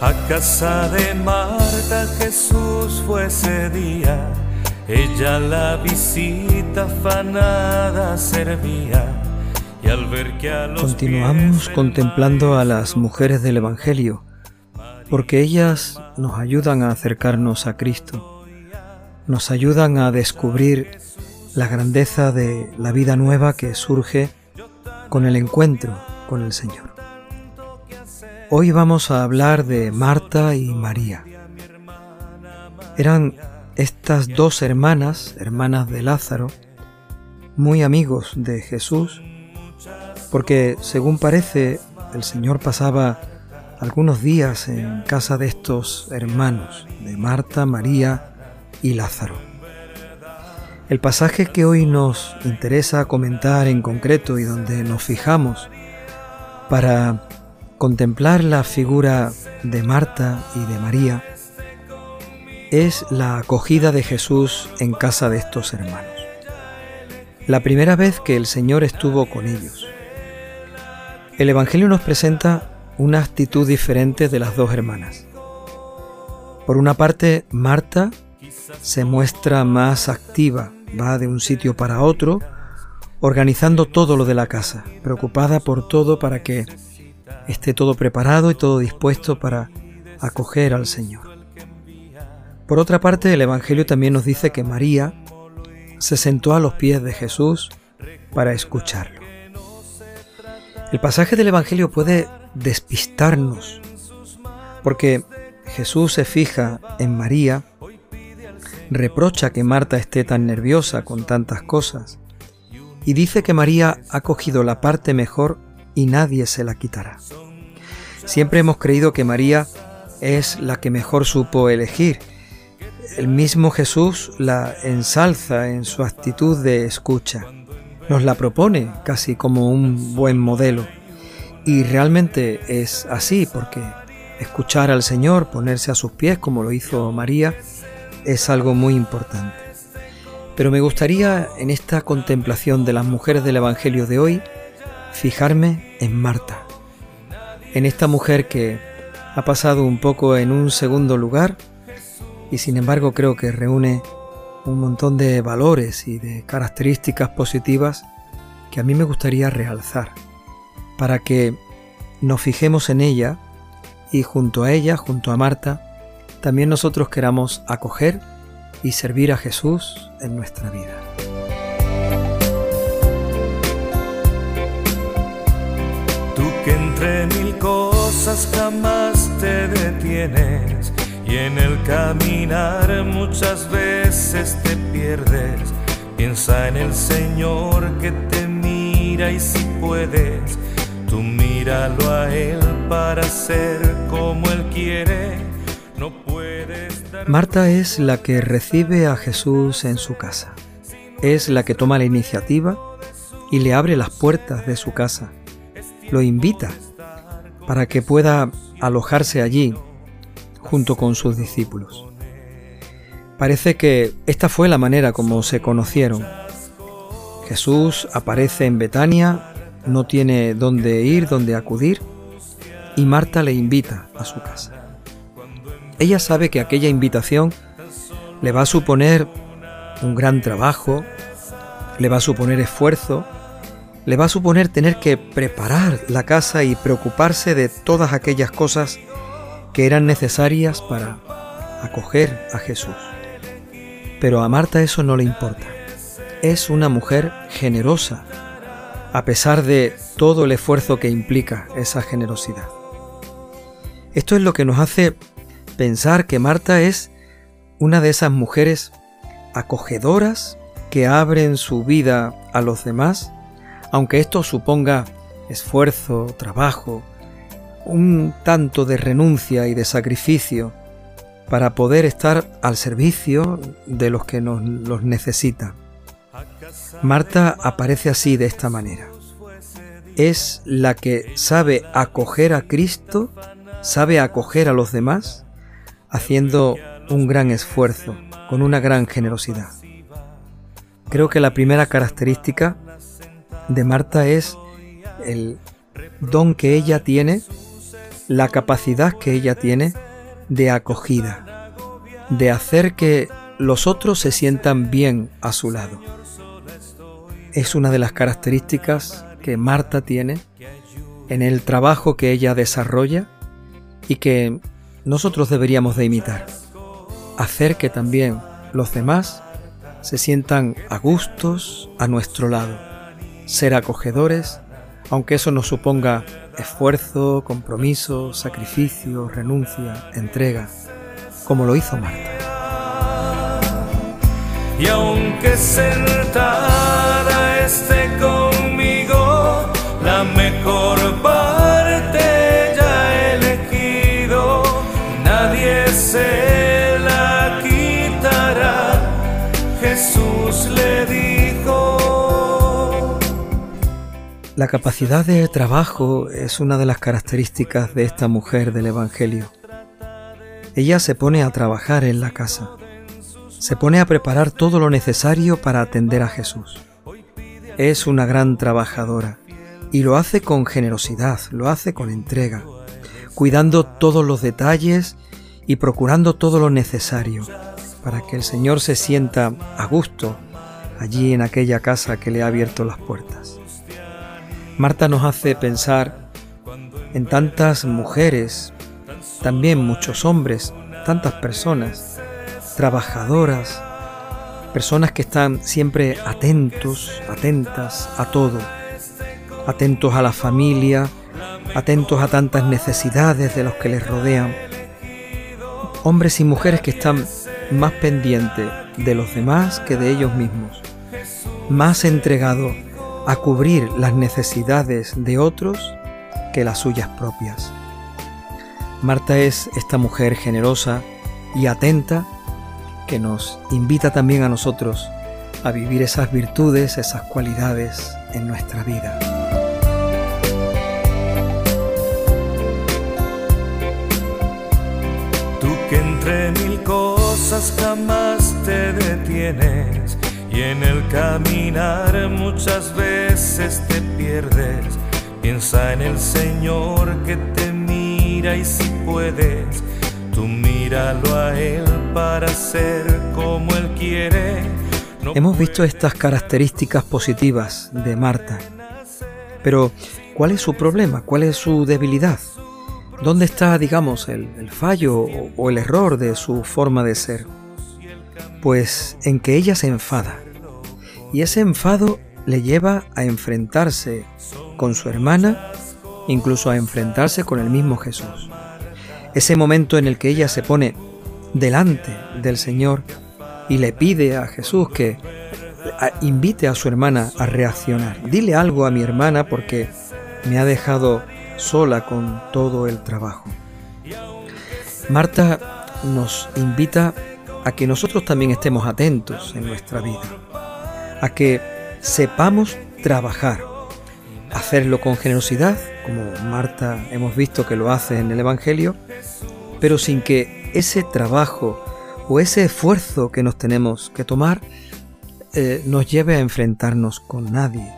A casa de Marta Jesús fue ese día, ella la visita afanada servía, y al ver que a los Continuamos contemplando a las mujeres del Evangelio, porque ellas nos ayudan a acercarnos a Cristo, nos ayudan a descubrir la grandeza de la vida nueva que surge con el encuentro con el Señor. Hoy vamos a hablar de Marta y María. Eran estas dos hermanas de Lázaro, muy amigos de Jesús, porque según parece el Señor pasaba algunos días en casa de estos hermanos, de Marta, María y Lázaro. El pasaje que hoy nos interesa comentar en concreto y donde nos fijamos para contemplar la figura de Marta y de María es la acogida de Jesús en casa de estos hermanos. La primera vez que el Señor estuvo con ellos. El Evangelio nos presenta una actitud diferente de las dos hermanas. Por una parte, Marta se muestra más activa, va de un sitio para otro, organizando todo lo de la casa, preocupada por todo para que esté todo preparado y todo dispuesto para acoger al Señor. Por otra parte, el Evangelio también nos dice que María se sentó a los pies de Jesús para escucharlo. El pasaje del Evangelio puede despistarnos, porque Jesús se fija en María, reprocha que Marta esté tan nerviosa con tantas cosas, y dice que María ha cogido la parte mejor y nadie se la quitará. Siempre hemos creído que María es la que mejor supo elegir. El mismo Jesús la ensalza en su actitud de escucha. Nos la propone casi como un buen modelo. Y realmente es así, porque escuchar al Señor, ponerse a sus pies como lo hizo María, es algo muy importante. Pero me gustaría, en esta contemplación de las mujeres del Evangelio de hoy, fijarme en Marta, en esta mujer que ha pasado un poco en un segundo lugar y sin embargo creo que reúne un montón de valores y de características positivas que a mí me gustaría realzar, para que nos fijemos en ella y junto a ella, junto a Marta, también nosotros queramos acoger y servir a Jesús en nuestra vida. Tú que entre mil cosas jamás te detienes y en el caminar muchas veces te pierdes, piensa en el Señor que te mira y si puedes, tú míralo a Él para ser como Él quiere. No puedes dar... Marta es la que recibe a Jesús en su casa. Es la que toma la iniciativa y le abre las puertas de su casa. Lo invita para que pueda alojarse allí junto con sus discípulos. Parece que esta fue la manera como se conocieron. Jesús aparece en Betania, no tiene dónde ir, dónde acudir, y Marta le invita a su casa. Ella sabe que aquella invitación le va a suponer un gran trabajo, le va a suponer esfuerzo, le va a suponer tener que preparar la casa y preocuparse de todas aquellas cosas que eran necesarias para acoger a Jesús. Pero a Marta eso no le importa. Es una mujer generosa, a pesar de todo el esfuerzo que implica esa generosidad. Esto es lo que nos hace pensar que Marta es una de esas mujeres acogedoras que abren su vida a los demás, aunque esto suponga esfuerzo, trabajo, un tanto de renuncia y de sacrificio para poder estar al servicio de los que los necesitan. Marta aparece así, de esta manera. Es la que sabe acoger a Cristo, sabe acoger a los demás, haciendo un gran esfuerzo, con una gran generosidad. Creo que la primera característica de Marta es el don que ella tiene, la capacidad que ella tiene de acogida, de hacer que los otros se sientan bien a su lado. Es una de las características que Marta tiene en el trabajo que ella desarrolla y que nosotros deberíamos de imitar. Hacer que también los demás se sientan a gustos a nuestro lado. Ser acogedores, aunque eso nos suponga esfuerzo, compromiso, sacrificio, renuncia, entrega, como lo hizo Marta. Y aunque sentada esté conmigo, la mejor parte ya he elegido, nadie se la quitará, Jesús le dijo. La capacidad de trabajo es una de las características de esta mujer del Evangelio. Ella se pone a trabajar en la casa, se pone a preparar todo lo necesario para atender a Jesús. Es una gran trabajadora y lo hace con generosidad, lo hace con entrega, cuidando todos los detalles y procurando todo lo necesario para que el Señor se sienta a gusto allí en aquella casa que le ha abierto las puertas. Marta nos hace pensar en tantas mujeres, también muchos hombres, tantas personas trabajadoras, personas que están siempre atentos, atentas a todo, atentos a la familia, atentos a tantas necesidades de los que les rodean. Hombres y mujeres que están más pendientes de los demás que de ellos mismos, más entregados a cubrir las necesidades de otros que las suyas propias. Marta es esta mujer generosa y atenta que nos invita también a nosotros a vivir esas virtudes, esas cualidades en nuestra vida. Tú que entre mil cosas jamás te detienes y en el caminar muchas veces te pierdes, piensa en el Señor que te mira y si puedes, tú míralo a Él para ser como Él quiere. Hemos visto estas características positivas de Marta, pero ¿cuál es su problema? ¿Cuál es su debilidad? ¿Dónde está, digamos, el fallo o el error de su forma de ser? Pues en que ella se enfada, y ese enfado le lleva a enfrentarse con su hermana, incluso a enfrentarse con el mismo Jesús. Ese momento en el que ella se pone delante del Señor y le pide a Jesús que invite a su hermana a reaccionar. Dile algo a mi hermana porque me ha dejado sola con todo el trabajo. Marta nos invita a que nosotros también estemos atentos en nuestra vida, a que sepamos trabajar, hacerlo con generosidad, como Marta hemos visto que lo hace en el Evangelio, pero sin que ese trabajo o ese esfuerzo que nos tenemos que tomar nos lleve a enfrentarnos con nadie.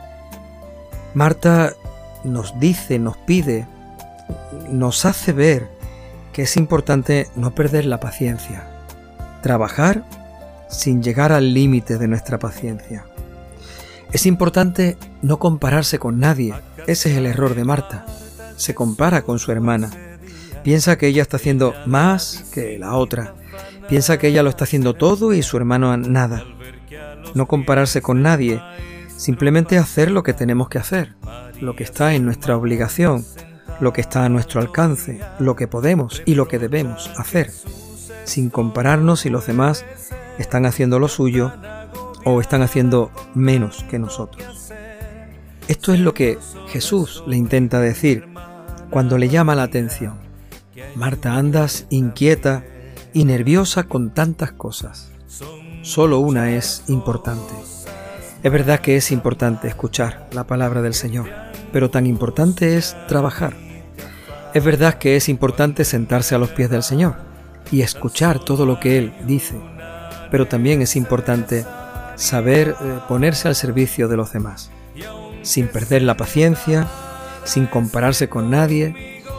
Marta nos dice, nos pide, nos hace ver que es importante no perder la paciencia, trabajar sin llegar al límite de nuestra paciencia. Es importante no compararse con nadie. Ese es el error de Marta. Se compara con su hermana. Piensa que ella está haciendo más que la otra. Piensa que ella lo está haciendo todo y su hermano nada. No compararse con nadie. Simplemente hacer lo que tenemos que hacer, lo que está en nuestra obligación, lo que está a nuestro alcance, lo que podemos y lo que debemos hacer, sin compararnos si los demás están haciendo lo suyo o están haciendo menos que nosotros. Esto es lo que Jesús le intenta decir cuando le llama la atención. Marta, andas inquieta y nerviosa con tantas cosas. Solo una es importante. Es verdad que es importante escuchar la palabra del Señor, pero tan importante es trabajar. Es verdad que es importante sentarse a los pies del Señor y escuchar todo lo que Él dice, pero también es importante saber ponerse al servicio de los demás, sin perder la paciencia, sin compararse con nadie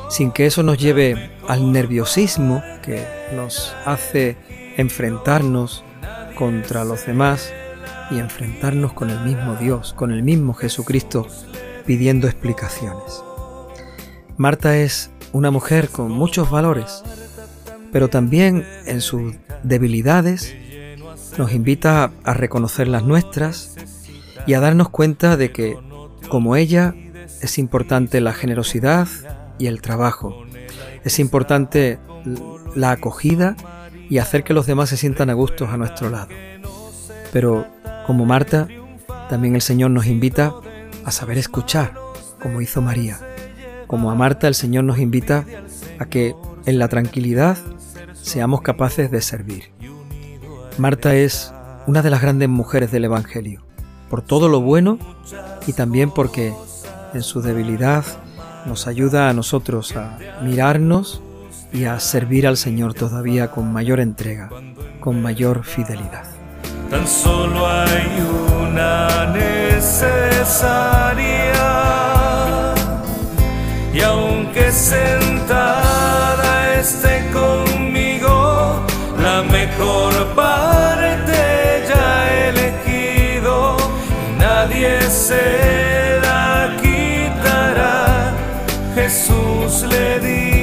sin que eso nos lleve al nerviosismo que nos hace enfrentarnos contra los demás y enfrentarnos con el mismo Dios, con el mismo Jesucristo, pidiendo explicaciones. Marta es una mujer con muchos valores, pero también en sus debilidades nos invita a reconocer las nuestras y a darnos cuenta de que, como ella, es importante la generosidad y el trabajo. Es importante la acogida y hacer que los demás se sientan a gusto a nuestro lado. Pero, como Marta, también el Señor nos invita a saber escuchar, como hizo María. Como a Marta, el Señor nos invita a que en la tranquilidad seamos capaces de servir. Marta es una de las grandes mujeres del Evangelio, por todo lo bueno y también porque en su debilidad nos ayuda a nosotros a mirarnos y a servir al Señor todavía con mayor entrega, con mayor fidelidad. Tan solo hay una necesaria, y aunque sentada esté conmigo, la mejor parte ya he elegido, y nadie se la quitará. Jesús le dijo: